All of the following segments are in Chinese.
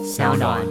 小暖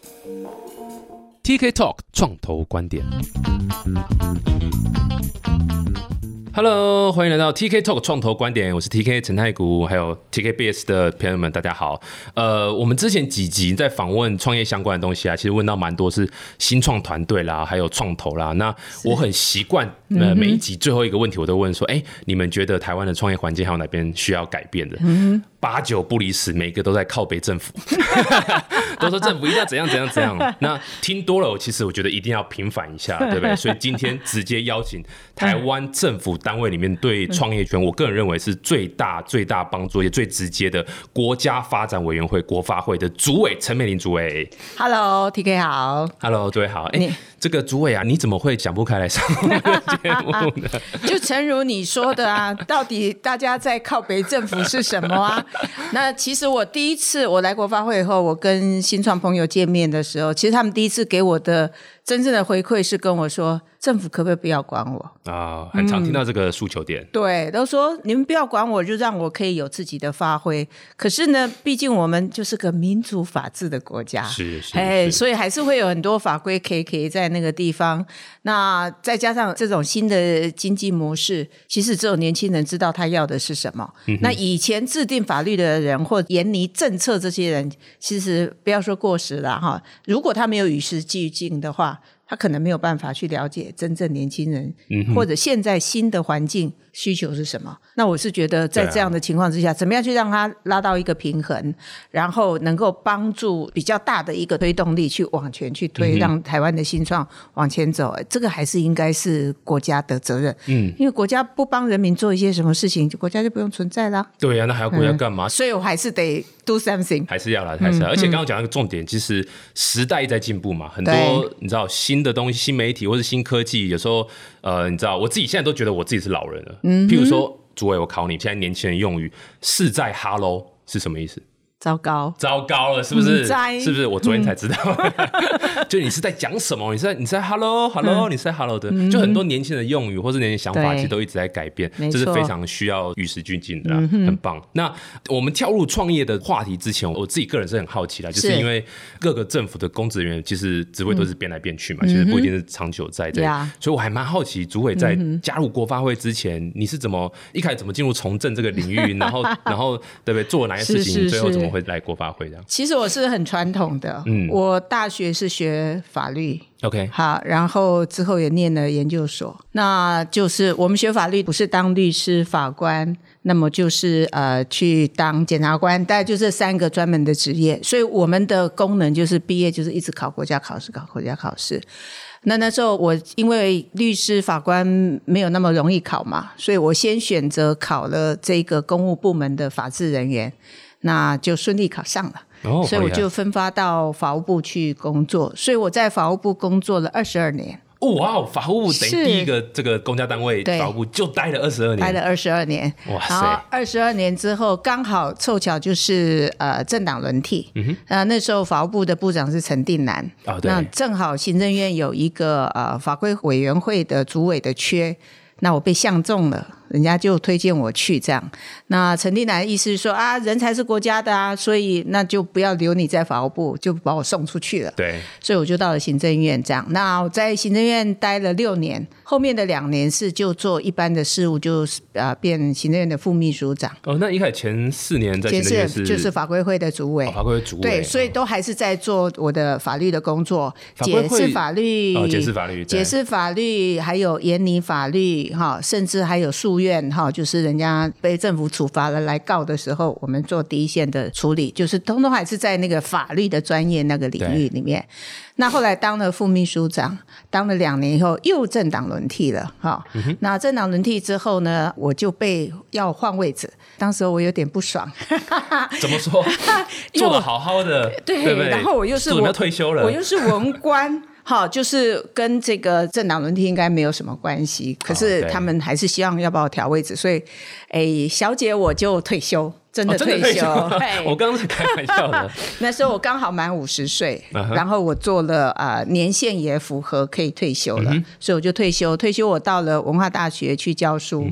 TK Talk 创投观点。Hello， 欢迎来到 TK Talk 创投观点，我是 TK 陈太谷，还有 TKBS 的朋友们，大家好。我们之前几集在访问创业相关的东西啊，其实问到蛮多是新创团队啦，还有创投啦。那我很习惯，每一集最后一个问题我都问说，你们觉得台湾的创业环境还有哪边需要改变的？8、9不离10，每个都在靠北政府，都说政府一定要怎样怎样怎样。那听多了，其实我觉得一定要平反一下，对不对？所以今天直接邀请台湾政府单位里面对创业圈，我个人认为是最大帮助也最直接的国家发展委员会国发会的主委陈美伶主委。 Hello TK 好 Hello 主委好。这个主委啊，你怎么会想不开来上我们的节目呢？ 就诚如你说的啊，到底大家在靠北政府是什么啊？那其实我第一次我来国发会以后，我跟新创朋友见面的时候，其实他们第一次给我的真正的回馈是跟我说，政府可不可以不要管我啊？很常听到这个诉求点。 对，都说你们不要管我，就让我可以有自己的发挥。可是呢，毕竟我们就是个民主法治的国家， 是， 所以还是会有很多法规可以在那个地方。那再加上这种新的经济模式，其实只有年轻人知道他要的是什么。那以前制定法律的人或研拟政策这些人，其实不要说过时了哈，如果他没有与时俱进的话，他可能没有办法去了解真正年轻人或者现在新的环境需求是什么。那我是觉得在这样的情况之下，怎么样去让他拉到一个平衡，然后能够帮助比较大的一个推动力去往前去推，让台湾的新创往前走，这个还是应该是国家的责任。因为国家不帮人民做一些什么事情，国家就不用存在啦。 对啊，那还要国家干嘛？ 所以我还是得 do something， 还是要啦，还是要。而且刚刚讲一个重点，其实时代一直在进步嘛，很多你知道新的东西、新媒体或是新科技，有时候你知道，我自己现在都觉得我自己是老人了。譬如说，主委，我考你，现在年轻人用语“是在 Hello” 是什么意思？糟糕了，是不是？是不是？我昨天才知道，就你是在讲什么？你在 hello， 你是在 hello 的，就很多年轻人的用语或是年轻想法，其实都一直在改变，这是非常需要与时俱进的啦，很棒。那我们跳入创业的话题之前，我自己个人是很好奇啦，就是因为各个政府的公职人员其实职位都是变来变去嘛，其实不一定是长久在这里，所以我还蛮好奇，主委在加入国发会之前，你是一开始怎么进入从政这个领域，然后对不对？做了哪些事情，最后怎么会来国发会的？ 其实我是很传统的，我大学是学法律 ，OK， 好，然后之后也念了研究所。那就是我们学法律不是当律师、法官，那么就是去当检察官，大概就这3个专门的职业。所以我们的功能就是毕业就是一直考国家考试，考国家考试。那时候我因为律师法官没有那么容易考嘛，所以我先选择考了这个公务部门的法制人员，那就顺利考上了。所以我就分发到法务部去工作，所以我在法务部工作了22年。 哇，法务部等于第一个这个公家单位，法务部就待了22年， 待了22年。 哇塞！ 然后22年之后，刚好凑巧就是政党轮替。那时候法务部的部长是陈定南，那正好行政院有一个法规委员会的主委的缺，那我被相中了。人家就推荐我去这样。那陈定南的意思是说人才是国家的啊，所以那就不要留你在法务部，就把我送出去了。 对， 所以我就到了行政院这样。那我在行政院待了6年，后面的2年是就做一般的事务，就变行政院的副秘书长。 那一开始前4年在行政院就是法规会的主委。 法规会主委。 对，所以都还是在做我的法律的工作，解释法律，解释法律，还有研拟法律，甚至还有诉院，就是人家被政府处罚了来告的时候，我们做第一线的处理，就是通通还是在那个法律的专业那个领域里面。那后来当了副秘书长，当了2年以后又政党轮替了。那政党轮替之后呢，我就被要换位置，当时我有点不爽。 怎么说？做得好好的，对不对？ 然后我又是要退休了， 我又是文官。就是跟这个政党轮替应该没有什么关系，可是他们还是希望要把我调位置，所以小姐我就退休，真的退休。 我刚刚是开玩笑的。 那时候我刚好满50岁，然后我做了年限也符合可以退休了，所以我就退休。退休我到了文化大学去教书，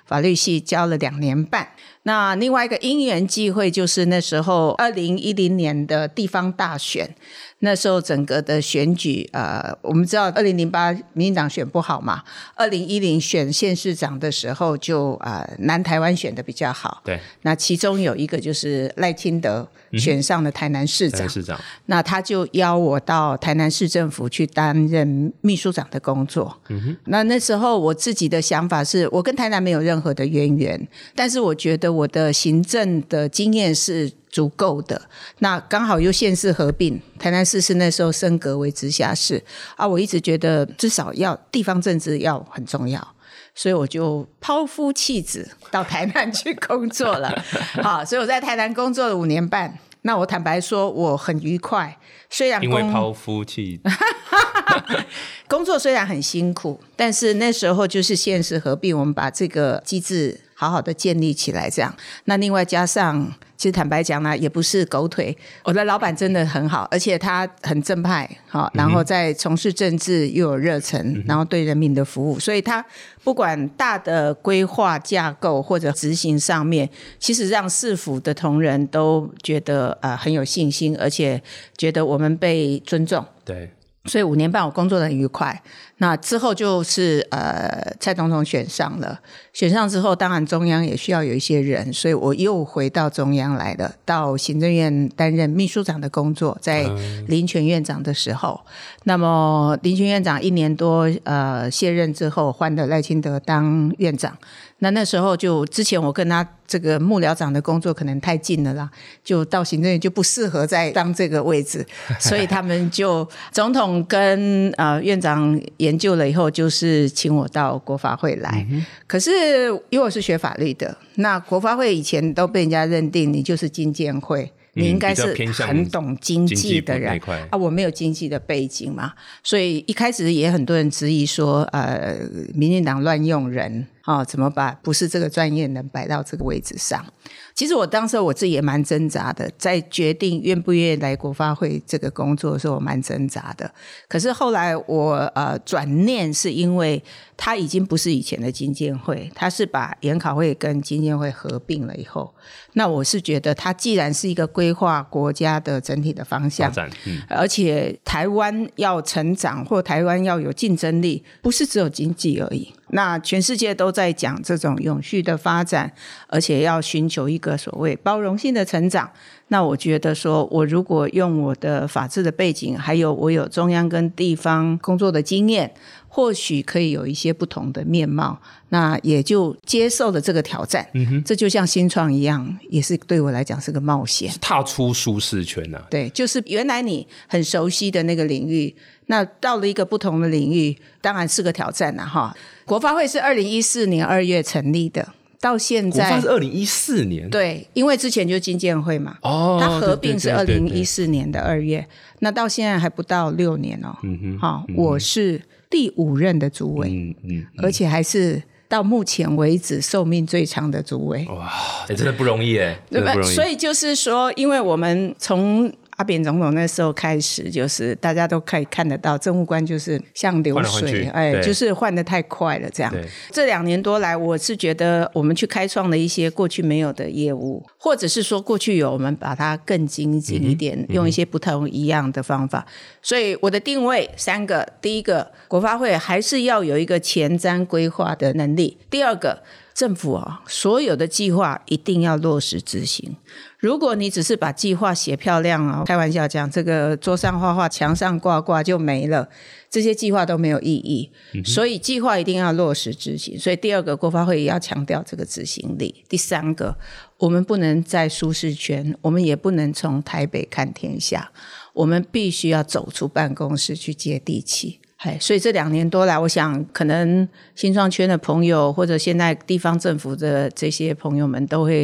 法律系教了2年半。那另外一个因缘际会就是那时候2010年的地方大选，那时候整个的选举我们知道2008民进党选不好嘛，2010选县市长的时候就南台湾选的比较好， 对， 那其中有一个就是赖清德选上了台南市长，那他就邀我到台南市政府去担任秘书长的工作。那时候我自己的想法是我跟台南没有任何的渊源，但是我觉得我的行政的经验是足够的，那刚好又县市合并，台南市是那时候升格为直辖市我一直觉得至少要地方政治要很重要，所以我就抛夫弃子到台南去工作了好，所以我在台南工作了5年半。那我坦白说我很愉快，虽然因为抛夫弃子工作虽然很辛苦，但是那时候就是县市合并，我们把这个机制好好的建立起来这样。那另外加上其实坦白讲呢，也不是狗腿，我的老板真的很好，而且他很正派然后在从事政治又有热忱，然后对人民的服务，所以他不管大的规划架构或者执行上面，其实让市府的同仁都觉得很有信心，而且觉得我们被尊重。 对， 所以5年半我工作得很愉快。那之后就是蔡总统选上了，选上之后当然中央也需要有一些人，所以我又回到中央来了，到行政院担任秘书长的工作，在林权院长的时候。那么林权院长1年多卸任之后换了赖清德当院长，那时候就之前我跟他这个幕僚长的工作可能太近了啦，就到行政院就不适合再当这个位置，所以他们就总统跟院长研究了以后，就是请我到国发会来。可是因为我是学法律的，那国发会以前都被人家认定你就是经建会，你应该是很懂经济的人我没有经济的背景嘛，所以一开始也很多人质疑说民进党乱用人怎么把不是这个专业人摆到这个位置上。其实我当时我自己也蛮挣扎的，在决定愿不愿意来国发会这个工作的时候我蛮挣扎的。可是后来我转念，是因为他已经不是以前的经建会，他是把研考会跟经建会合并了以后，那我是觉得他既然是一个规划国家的整体的方向，而且台湾要成长或台湾要有竞争力，不是只有经济而已，那全世界都在讲这种永续的发展，而且要寻求一个所谓包容性的成长。那我觉得说我如果用我的法治的背景，还有我有中央跟地方工作的经验，或许可以有一些不同的面貌，那也就接受了这个挑战。这就像新创一样，也是对我来讲是个冒险， 踏出舒适圈对，就是原来你很熟悉的那个领域，那到了一个不同的领域，当然是个挑战国发会是2014年2月成立的，到现在国发是2014年， 对，因为之前就经建会嘛，它合并是2014年的2月，那到现在还不到6年我是第5任的主委，而且还是到目前为止寿命最长的主委。 哇，真的不容易耶，真的不容易。 所以就是说，因为我们从阿扁总统那时候开始，就是大家都可以看得到政务官就是像流水，就是换得太快了这样。这2年多来，我是觉得我们去开创了一些过去没有的业务，或者是说过去有，我们把它更精进一点，用一些不同一样的方法。所以我的定位3个，第一个，国发会还是要有一个前瞻规划的能力；第二个，政府所有的计划一定要落实执行。如果你只是把计划写漂亮开玩笑讲这个桌上画画墙上挂挂就没了，这些计划都没有意义。所以计划一定要落实执行。所以第二个，国发会也要强调这个执行力。第3个，我们不能在舒适圈，我们也不能从台北看天下，我们必须要走出办公室去接地气。所以这2年多来，我想可能新创圈的朋友或者现在地方政府的这些朋友们都会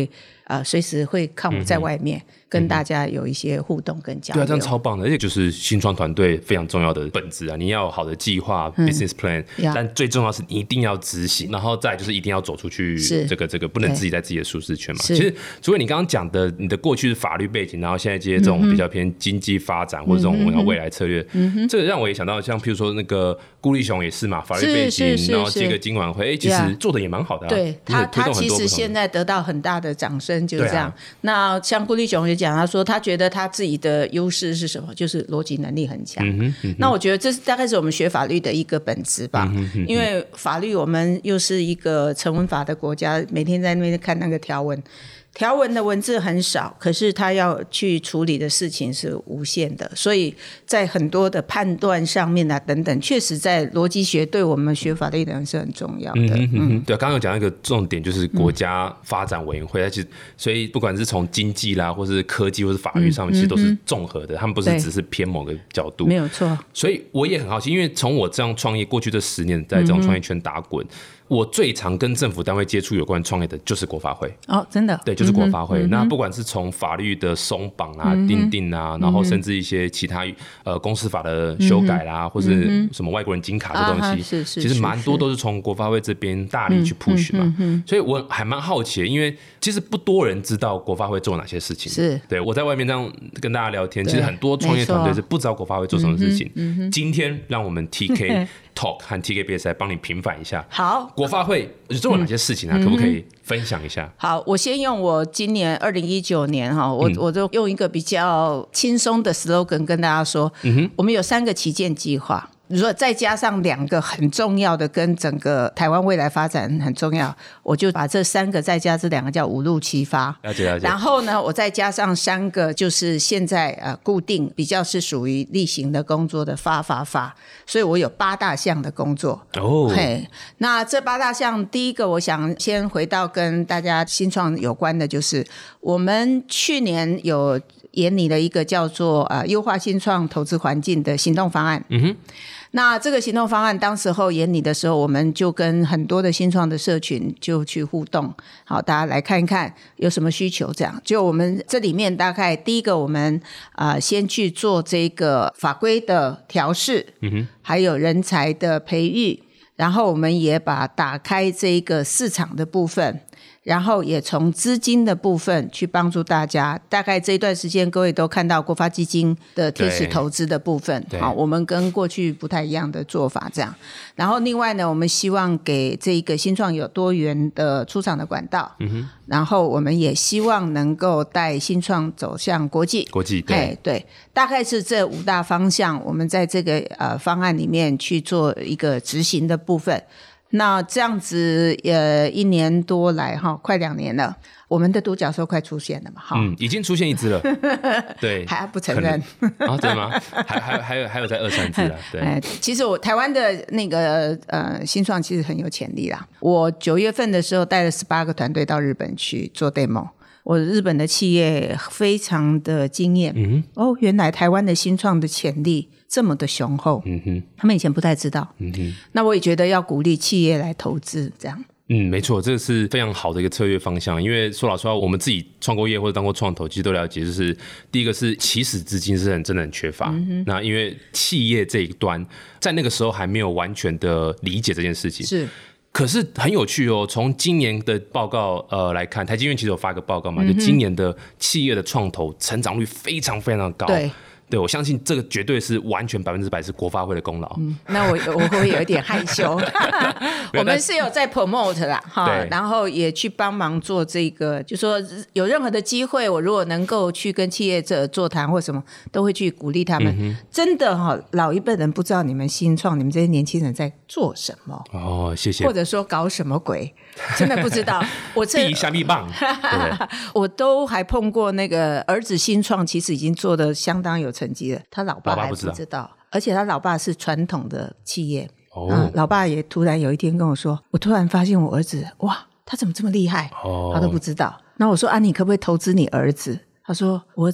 随时会看我在外面跟大家有一些互动跟交流。 对啊，这样超棒的，而且就是新创团队非常重要的本质啊，你要有好的计划、business plan， 但最重要是你一定要执行，然后再就是一定要走出去，这个不能自己在自己的舒适圈嘛。其实除了你刚刚讲的，你的过去是法律背景，然后现在接这种比较偏经济发展或者这种未来策略，这个让我也想到像譬如说那个顾立雄也是嘛，法律背景，然后接个金管会，其实做的也蛮好的啊。 对，他其实现在得到很大的掌声，就是这样。那像顾立雄也讲，他说他觉得他自己的优势是什么，就是逻辑能力很强。那我觉得这是大概是我们学法律的一个本质吧，因为法律我们又是一个成文法的国家，每天在那边看那个条文的文字很少，可是他要去处理的事情是无限的，所以在很多的判断上面啊等等，确实在逻辑学对我们学法律的人是很重要的。 对，刚刚有讲一个重点就是国家发展委员会，其实所以不管是从经济啦，或是科技或是法律上面，其实都是综合的，他们不是只是偏某个角度， 没有错。所以我也很好奇，因为从我这样创业过去这10年在这种创业圈打滚，我最常跟政府单位接触有关创业的就是国发会。 真的？ 对，就是国发会。那不管是从法律的松绑啊、订定啊，然后甚至一些其他公司法的修改啦，或是什么外国人金卡这东西，其实蛮多都是从国发会这边大力去 push 嘛。所以我还蛮好奇的，因为其实不多人知道国发会做哪些事情。 是， 对，我在外面这样跟大家聊天，其实很多创业团队是不知道国发会做什么事情。今天让我们 TK Talk 和 TKBS 来帮你平反一下。 好， 国发会做了哪些事情啊？可不可以分享一下？ 好，我先用我今年2019年我就用一个比较轻松的 slogan 跟大家说，我们有3个旗舰计划。如果再加上2个很重要的跟整个台湾未来发展很重要，我就把这3个再加这2个叫5路齐发。 了解。 然后呢，我再加上3个就是现在固定比较是属于例行的工作的发，所以我有8大项的工作。那这8大项，第一个我想先回到跟大家新创有关的，就是我们去年有研拟了一个叫做优化新创投资环境的行动方案。那这个行动方案当时候研拟的时候，我们就跟很多的新创的社群就去互动，好，大家来看一看有什么需求，这样就我们这里面大概第一个我们先去做这个法规的调试，还有人才的培育，然后我们也把打开这个市场的部分，然后也从资金的部分去帮助大家。大概这一段时间各位都看到国发基金的贴实投资的部分，好，我们跟过去不太一样的做法这样。然后另外呢，我们希望给这个新创有多元的出场的管道，然后我们也希望能够带新创走向国际，对，大概是这5大方向，我们在这个方案里面去做一个执行的部分。那这样子1年多来快2年了，我们的独角兽快出现了嘛？ 已经出现1只了。对， 还不承认真的吗？还有在2-3只啊？对， 其实我台湾的那个新创其实很有潜力啦。我9月份的时候带了18个团队到日本去做 demo， 我日本的企业非常的惊艳。原来台湾的新创的潜力这么的雄厚，他们以前不太知道。那我也觉得要鼓励企业来投资，这样。 没错，这个是非常好的一个策略方向。因为说老实话，我们自己创过业或者当过创投，其实都了解，就是第一个是起始资金是真的很缺乏。那因为企业这一端在那个时候还没有完全的理解这件事情。 是。 可是很有趣哦，从今年的报告来看，台积院其实有发个报告嘛，就今年的企业的创投成长率非常非常高。对，我相信这个绝对是完全100%是国发会的功劳。 那我会有一点害羞。我们是有在 promote 啦，然后也去帮忙做这个，就说有任何的机会，我如果能够去跟企业者座谈或什么，都会去鼓励他们。真的老一辈人不知道你们新创，你们这些年轻人在做什么。谢谢。或者说搞什么鬼，真的不知道。我第一下必棒。 我都还碰过那个儿子新创，其实已经做得相当有成绩了，他老爸还不知道，而且他老爸是传统的企业。老爸也突然有一天跟我说，我突然发现我儿子，哇，他怎么这么厉害，他都不知道。那我说你可不可以投资你儿子？他说我儿子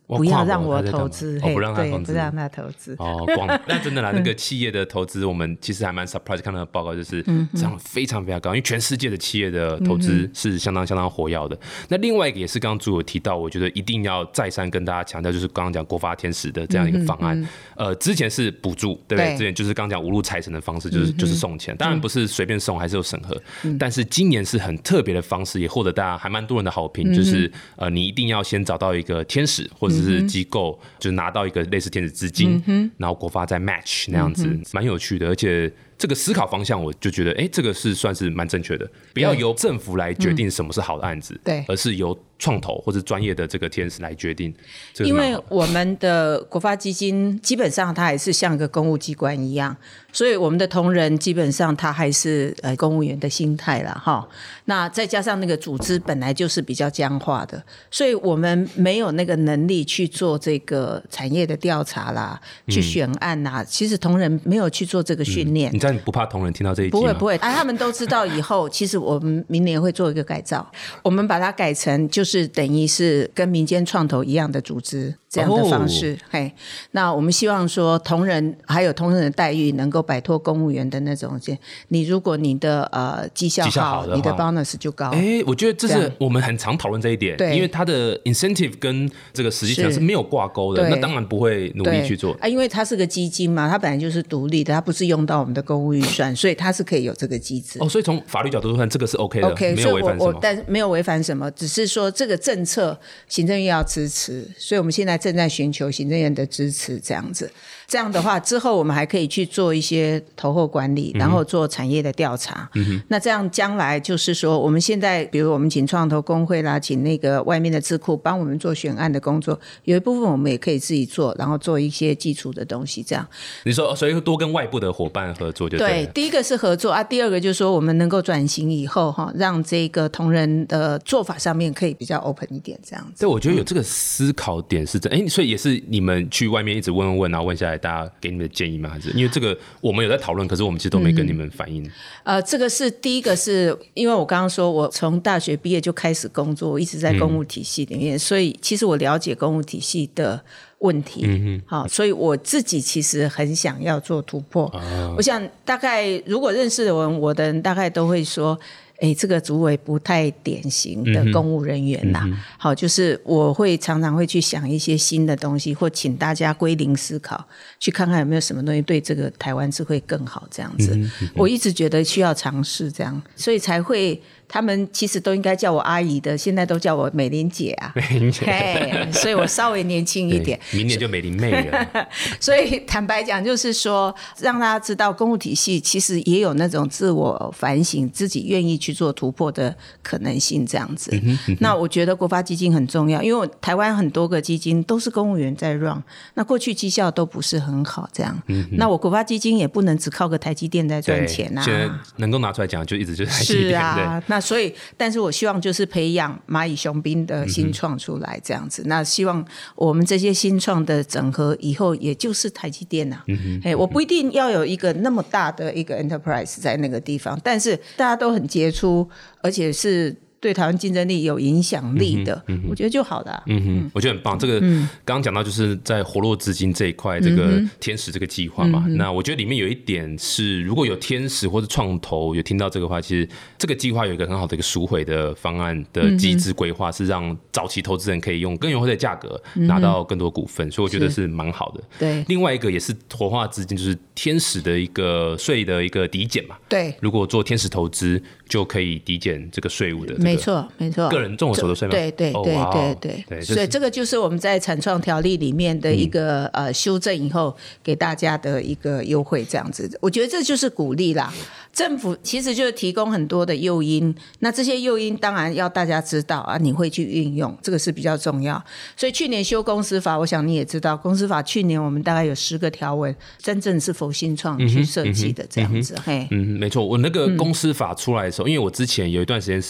不要让我投资， 不让他投资， 不让他投资。 那真的啦，那个企业的投资，我们其实还蛮 surprise 看到的报告，就是涨非常非常高，因为全世界的企业的投资是相当相当活跃的。那另外一个也是刚刚朱有提到，我觉得一定要再三跟大家强调，就是刚刚讲国发天使的这样一个方案。之前是补助，对不对？之前就是刚刚讲无路财神的方式，就是送钱，当然不是随便送，还是有审核。但是今年是很特别的方式，也获得大家还蛮多人的好评，就是你一定要先找到一个天使或者是机构，就是拿到一个类似天使资金，然后国发再 match 那样子，蛮有趣的，而且。这个思考方向，我就觉得，这个是算是蛮正确的。不要由政府来决定什么是好的案子，对，而是由创投或者专业的这个天使来决定。 因为我们的国发基金基本上它还是像一个公务机关一样，所以我们的同仁基本上他还是公务员的心态啦哈。那再加上那个组织本来就是比较僵化的，所以我们没有那个能力去做这个产业的调查啦，去选案啦。其实同仁没有去做这个训练。 你不怕同仁听到这一集吗？ 不会他们都知道以后其实我们明年会做一个改造，我们把它改成就是等于是跟民间创投一样的组织这样的方式。那我们希望说同仁还有同仁的待遇能够摆脱公务员的那种，你如果你的绩效好，你的 bonus 就高。 我觉得这是我们很常讨论这一点，因为它的 incentive 跟这个实际上是没有挂钩的，那当然不会努力去做。 因为它是个基金嘛，它本来就是独立的，它不是用到我们的公务预算，所以它是可以有这个机制。 所以从法律角度看，这个是 OK 的，没有违反什么。 但没有违反什么，只是说这个政策行政院要支持，所以我们现在正在寻求行政院的支持，这样子。这样的话之后我们还可以去做一些投后管理，然后做产业的调查。那这样将来就是说我们现在比如我们请创投工会啦，请那个外面的智库帮我们做选案的工作，有一部分我们也可以自己做，然后做一些基础的东西这样。 你说所以多跟外部的伙伴合作就对了。 对，第一个是合作啊，第二个就是说我们能够转型以后让这个同仁的做法上面可以比较 open 一点这样子。 对，我觉得有这个思考点是真。所以也是你们去外面一直问然后问下来大家给你们的建议吗？还是因为这个我们有在讨论，可是我们其实都没跟你们反映。 这个是第一个，是因为我刚刚说我从大学毕业就开始工作，我一直在公务体系里面，所以其实我了解公务体系的问题。所以我自己其实很想要做突破。我想大概如果认识我的人大概都会说这个主委不太典型的公务人员啦。好，就是我会常常会去想一些新的东西，或请大家归零思考，去看看有没有什么东西对这个台湾是会更好这样子。我一直觉得需要尝试这样，所以才会他们其实都应该叫我阿姨的，现在都叫我美玲姐啊。 美玲姐， 所以我稍微年轻一点， 明年就美玲妹了。 所以坦白讲就是说让大家知道公务体系其实也有那种自我反省，自己愿意去做突破的可能性这样子。那我觉得国发基金很重要，因为台湾很多个基金都是公务员在 run， 那过去绩效都不是很好这样。那我国发基金也不能只靠个台积电在赚钱啊。 现在能够拿出来讲就一直就是台积电。 是啊，那所以但是我希望就是培养蚂蚁雄兵的新创出来这样子。那希望我们这些新创的整合以后也就是台积电啊。我不一定要有一个那么大的一个 enterprise 在那个地方，但是大家都很杰出，而且是对台湾竞争力有影响力的，我觉得就好的。 我觉得很棒。这个刚刚讲到就是在活络资金这一块，这个天使这个计划嘛，那我觉得里面有一点是，如果有天使或者创投有听到这个话，其实这个计划有一个很好的一个赎回的方案的机制规划，是让早期投资人可以用更优惠的价格拿到更多股份，所以我觉得是蛮好的。 对， 另外一个也是活化资金，就是天使的一个税的一个抵减嘛。 对， 如果做天使投资就可以抵减这个税务的。 没错没错， 个人综合所得税吗？ 对对对对对，所以这个就是我们在产创条例里面的一个修正以后给大家的一个优惠这样子。我觉得这就是鼓励啦，政府其实就是提供很多的诱因，那这些诱因当然要大家知道啊，你会去运用，这个是比较重要。所以去年修公司法，我想你也知道，公司法去年我们大概有10个条文真正是否新创去设计的这样子。 没错，我那个公司法出来的时候，因为我之前有一段时间是跟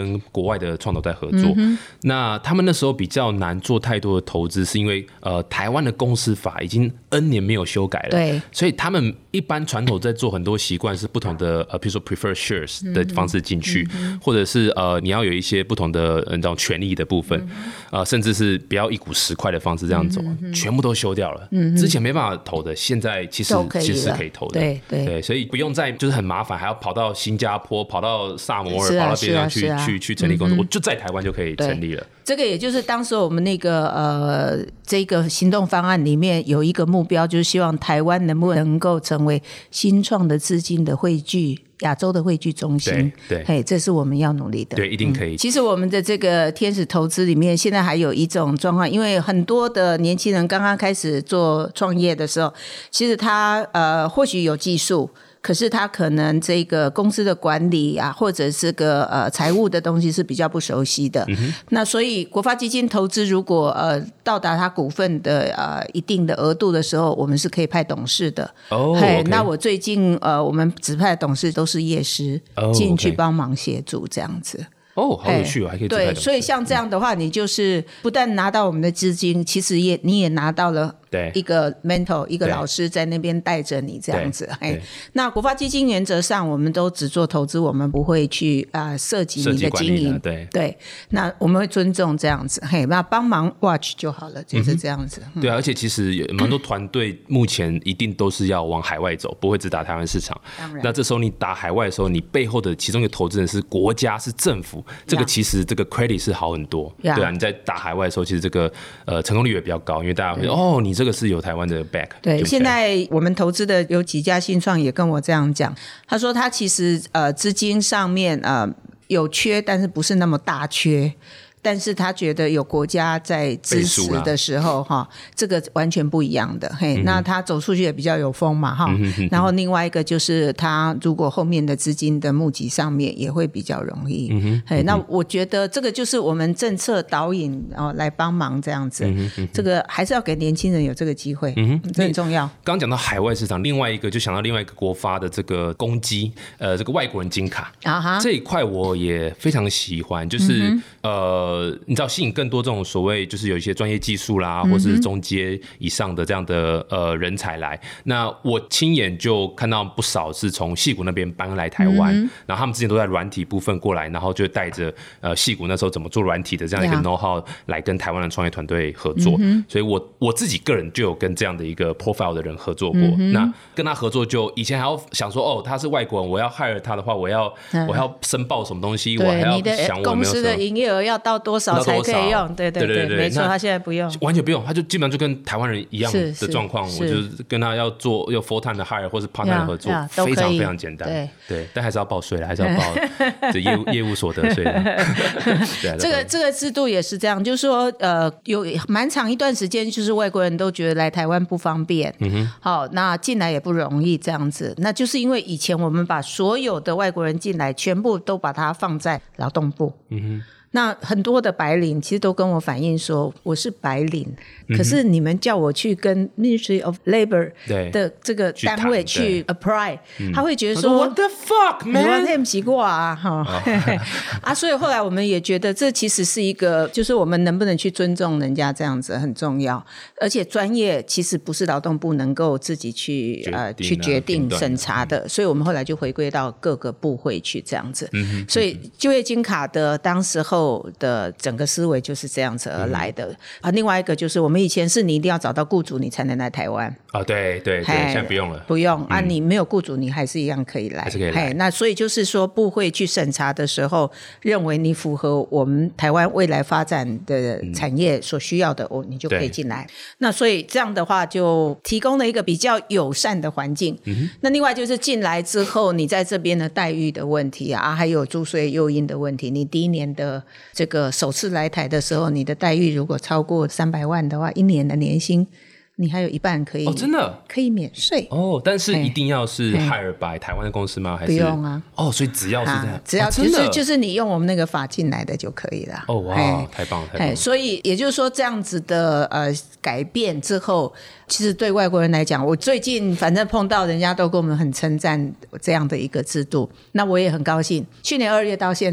跟国外的创投在合作。那他们那时候比较难做太多的投资，是因为台湾的公司法已经 N 年没有修改了， 对， 所以他们一般传统在做很多习惯是不同的比如说 prefer shares 的方式进去，或者是你要有一些不同的那种权利的部分，甚至是不要1股10块的方式这样走，全部都修掉了。之前没办法投的，现在其实是可以投的，对，所以不用再就是很麻烦，还要跑到新加坡、跑到萨摩尔、跑到别的地方去成立公司，我就在台湾就可以成立了。 这个也就是当时我们那个这个行动方案里面有一个目标，就是希望台湾能不能够成为新创的资金的汇聚。亚洲的汇聚中心，对，这是我们要努力的， 对，一定可以。 其实我们的这个天使投资里面，现在还有一种状况，因为很多的年轻人刚刚开始做创业的时候，其实他或许有技术。可是他可能这个公司的管理啊，或者是个财务的东西是比较不熟悉的。那所以国发基金投资如果到达他股份的一定的额度的时候，我们是可以派董事的。 okay. 那我最近我们指派的董事都是业师进去帮忙协助这样子。 好有趣还可以对，所以像这样的话，你就是不但拿到我们的资金，其实你也拿到了一个 mentor 一个老师在那边带着你这样子。那国发基金原则上我们都只做投资，我们不会去涉及你的经营。对，那我们会尊重这样子，那帮忙 watch 就好了，就是这样子。 对啊，而且其实有蛮多团队目前一定都是要往海外走，不会只打台湾市场。那这时候你打海外的时候，你背后的其中一个投资人是国家，是政府。这个其实这个 credit 是好很多，对啊，你在打海外的时候，其实这个成功率也比较高，因为大家会说你这个是有台湾的 back。 对，现在我们投资的有几家新创也跟我这样讲，他说他其实资金上面有缺，但是不是那么大缺。但是他觉得有国家在支持的时候这个完全不一样的。那他走出去也比较有风嘛然后另外一个就是他如果后面的资金的募集上面也会比较容易。那我觉得这个就是我们政策导引来帮忙这样子。这个还是要给年轻人有这个机会，这很重要。 刚刚讲到海外市场，另外一个就想到另外一个国发的这个公基这个外国人金卡这一块我也非常喜欢，就是你知道吸引更多这种所谓就是有一些专业技术啦，或是中阶以上的这样的人才来。那我亲眼就看到不少是从矽谷那边搬来台湾，然后他们之前都在软体部分过来，然后就带着矽谷那时候怎么做软体的这样一个 know how 来跟台湾的创业团队合作。所以我自己个人就有跟这样的一个 profile 的人合作过。那跟他合作就以前还要想说他是外国人，我要 hire 他的话，我要申报什么东西，我还要想我有没有公司的营业额要到多少才可以用。对，没错，他现在不用， 完全不用，他就基本上就跟台湾人一样的状况。我就跟他要做要 full time 的 hire 或是 part time 的合作，非常非常简单。对，但还是要报税，还是要报这业务所得税。 这个制度也是这样，就是说有蛮长一段时间，就是外国人都觉得来台湾不方便，好，那进来也不容易这样子。那就是因为以前我们把所有的外国人进来，全部都把它放在劳动部。那很多的白领其实都跟我反映说，我是白领，可是你们叫我去跟 Ministry of Labor 的这个单位去 apply，他会觉得说 What the fuck man， 我这不习惯啊所以后来我们也觉得这其实是一个，就是我们能不能去尊重人家这样子很重要，而且专业其实不是劳动部能够自己去决定审查的，所以我们后来就回归到各个部会去这样子。所以就业金卡的当时候的整个思维就是这样子而来的。另外一个就是我们以前是你一定要找到雇主你才能来台湾。 对，现在不用了， 不用你没有雇主你还是一样可以来， 还是可以来。 那所以就是说部会去审查的时候，认为你符合我们台湾未来发展的产业所需要的你就可以进来。那所以这样的话就提供了一个比较友善的环境。那另外就是进来之后你在这边的待遇的问题还有租税诱因的问题。你第一年的这个首次来台的时候，你的待遇如果超过300万的话，一年的年薪你还有一半可以真的可以免税但是一定要是 hire by 台湾的公司吗？还是不用啊？ 所以只要是这样， 只要就是你用我们那个法进来的就可以了。 哇，太棒了！ 所以也就是说这样子的改变之后，其实对外国人来讲，我最近反正碰到人家都跟我们很称赞这样的一个制度，那我也很高兴。去年2月到现在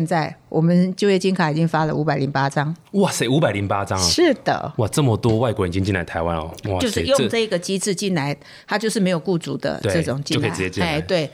我们就业金卡已经发了508张。 哇塞，508张啊！ 是的， 哇，这么多外国人已经进来台湾哦，哇塞， 就是用这个机制进来，他就是没有雇主的这种进来， 就可以直接进来。 对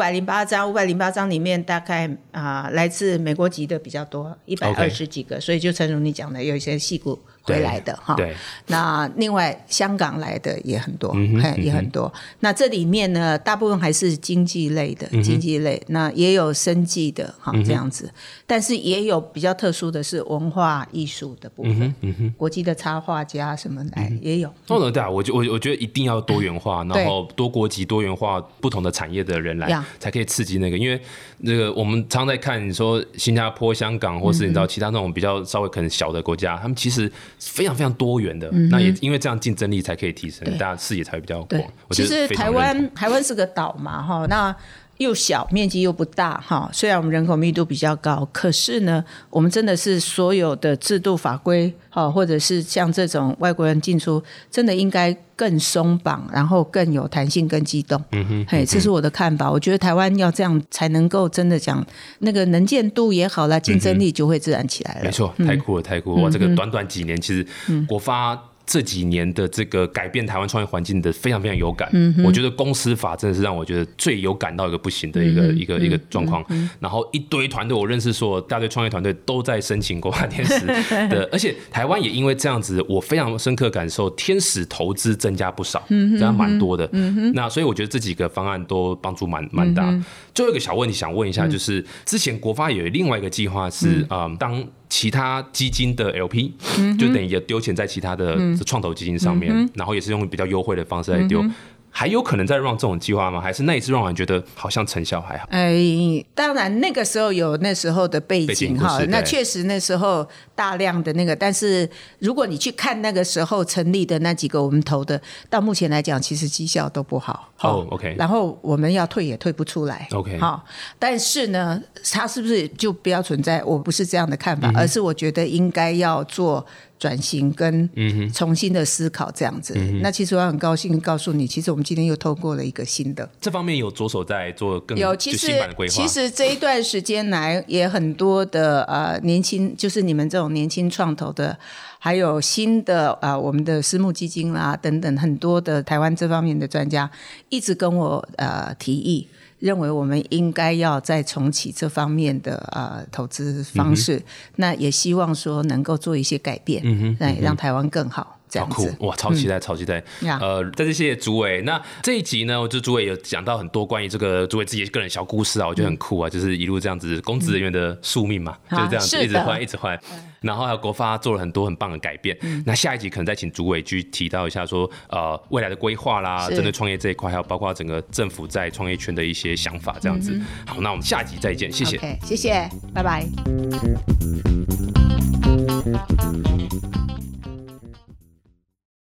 ，508张里面大概来自美国籍的比较多，120几个，所以就诚如你讲的，有一些矽谷回来的哈。 对， 那另外香港来的也很多，也很多。那这里面呢，大部分还是经济类的，那也有生技的哈这样子，但是也有比较特殊的是文化艺术的部分，国际的插画家什么来也有。 对啊，我觉得一定要多元化，然后多国籍、多元化、不同的产业的人来，才可以刺激那个。因为这个我们常在看，你说新加坡、香港，或是你知道其他那种比较稍微可能小的国家，他们其实非常非常多元的。那也因为这样竞争力才可以提升，大家视野才会比较广。 其实台湾是个岛嘛，哈，那又小，面积又不大哈。虽然我们人口密度比较高，可是呢，我们真的是所有的制度法规或者是像这种外国人进出，真的应该更松绑，然后更有弹性、更机动。这是我的看法。我觉得台湾要这样才能够真的讲那个能见度也好啦，竞争力就会自然起来了。 没错，太酷了，太酷了！哇，这个短短几年，其实国发这几年的这个改变台湾创业环境的非常非常有感。我觉得公司法真的是让我觉得最有感到一个不行的一个状况。然后一堆团队，我认识说大堆创业团队都在申请国发天使的，而且台湾也因为这样子，我非常深刻感受天使投资增加不少，这样蛮多的。那所以我觉得这几个方案都帮助蛮大。最后一个小问题想问一下，就是之前国发有另外一个计划是当其他基金的 LP，就等于也丢钱在其他的创投基金上面，然后也是用比较优惠的方式来丢。还有可能再 run 这种计划吗？还是那一次让人觉得好像成效还好？ 当然那个时候有那时候的背景哈，那确实那时候大量的那个，但是如果你去看那个时候成立的那几个我们投的，到目前来讲其实绩效都不好。 OK。 然后我们要退也退不出来。 OK。 但是呢，它是不是就不要存在？我不是这样的看法，而是我觉得应该要做转型跟重新的思考这样子。那其实我很高兴告诉你，其实我们今天又透过了一个新的这方面有着手在做更新版的规划。 其实这一段时间来也很多的年轻，就是你们这种年轻创投的，还有新的我们的私募基金啦等等，很多的台湾这方面的专家一直跟我提议，认为我们应该要再重启这方面的投资方式。那也希望说能够做一些改变，让台湾更好。好酷哇！超期待，超期待。再次谢谢主委。那这一集呢，就主委有讲到很多关于这个主委自己个人小故事啊，我觉得很酷啊，就是一路这样子公职人员的宿命嘛，就是这样子一直换一直换。然后还有国发做了很多很棒的改变。那下一集可能再请主委去提到一下说未来的规划啦，针对创业这一块，还有包括整个政府在创业圈的一些想法这样子。好，那我们下集再见，谢谢。 谢谢，拜拜。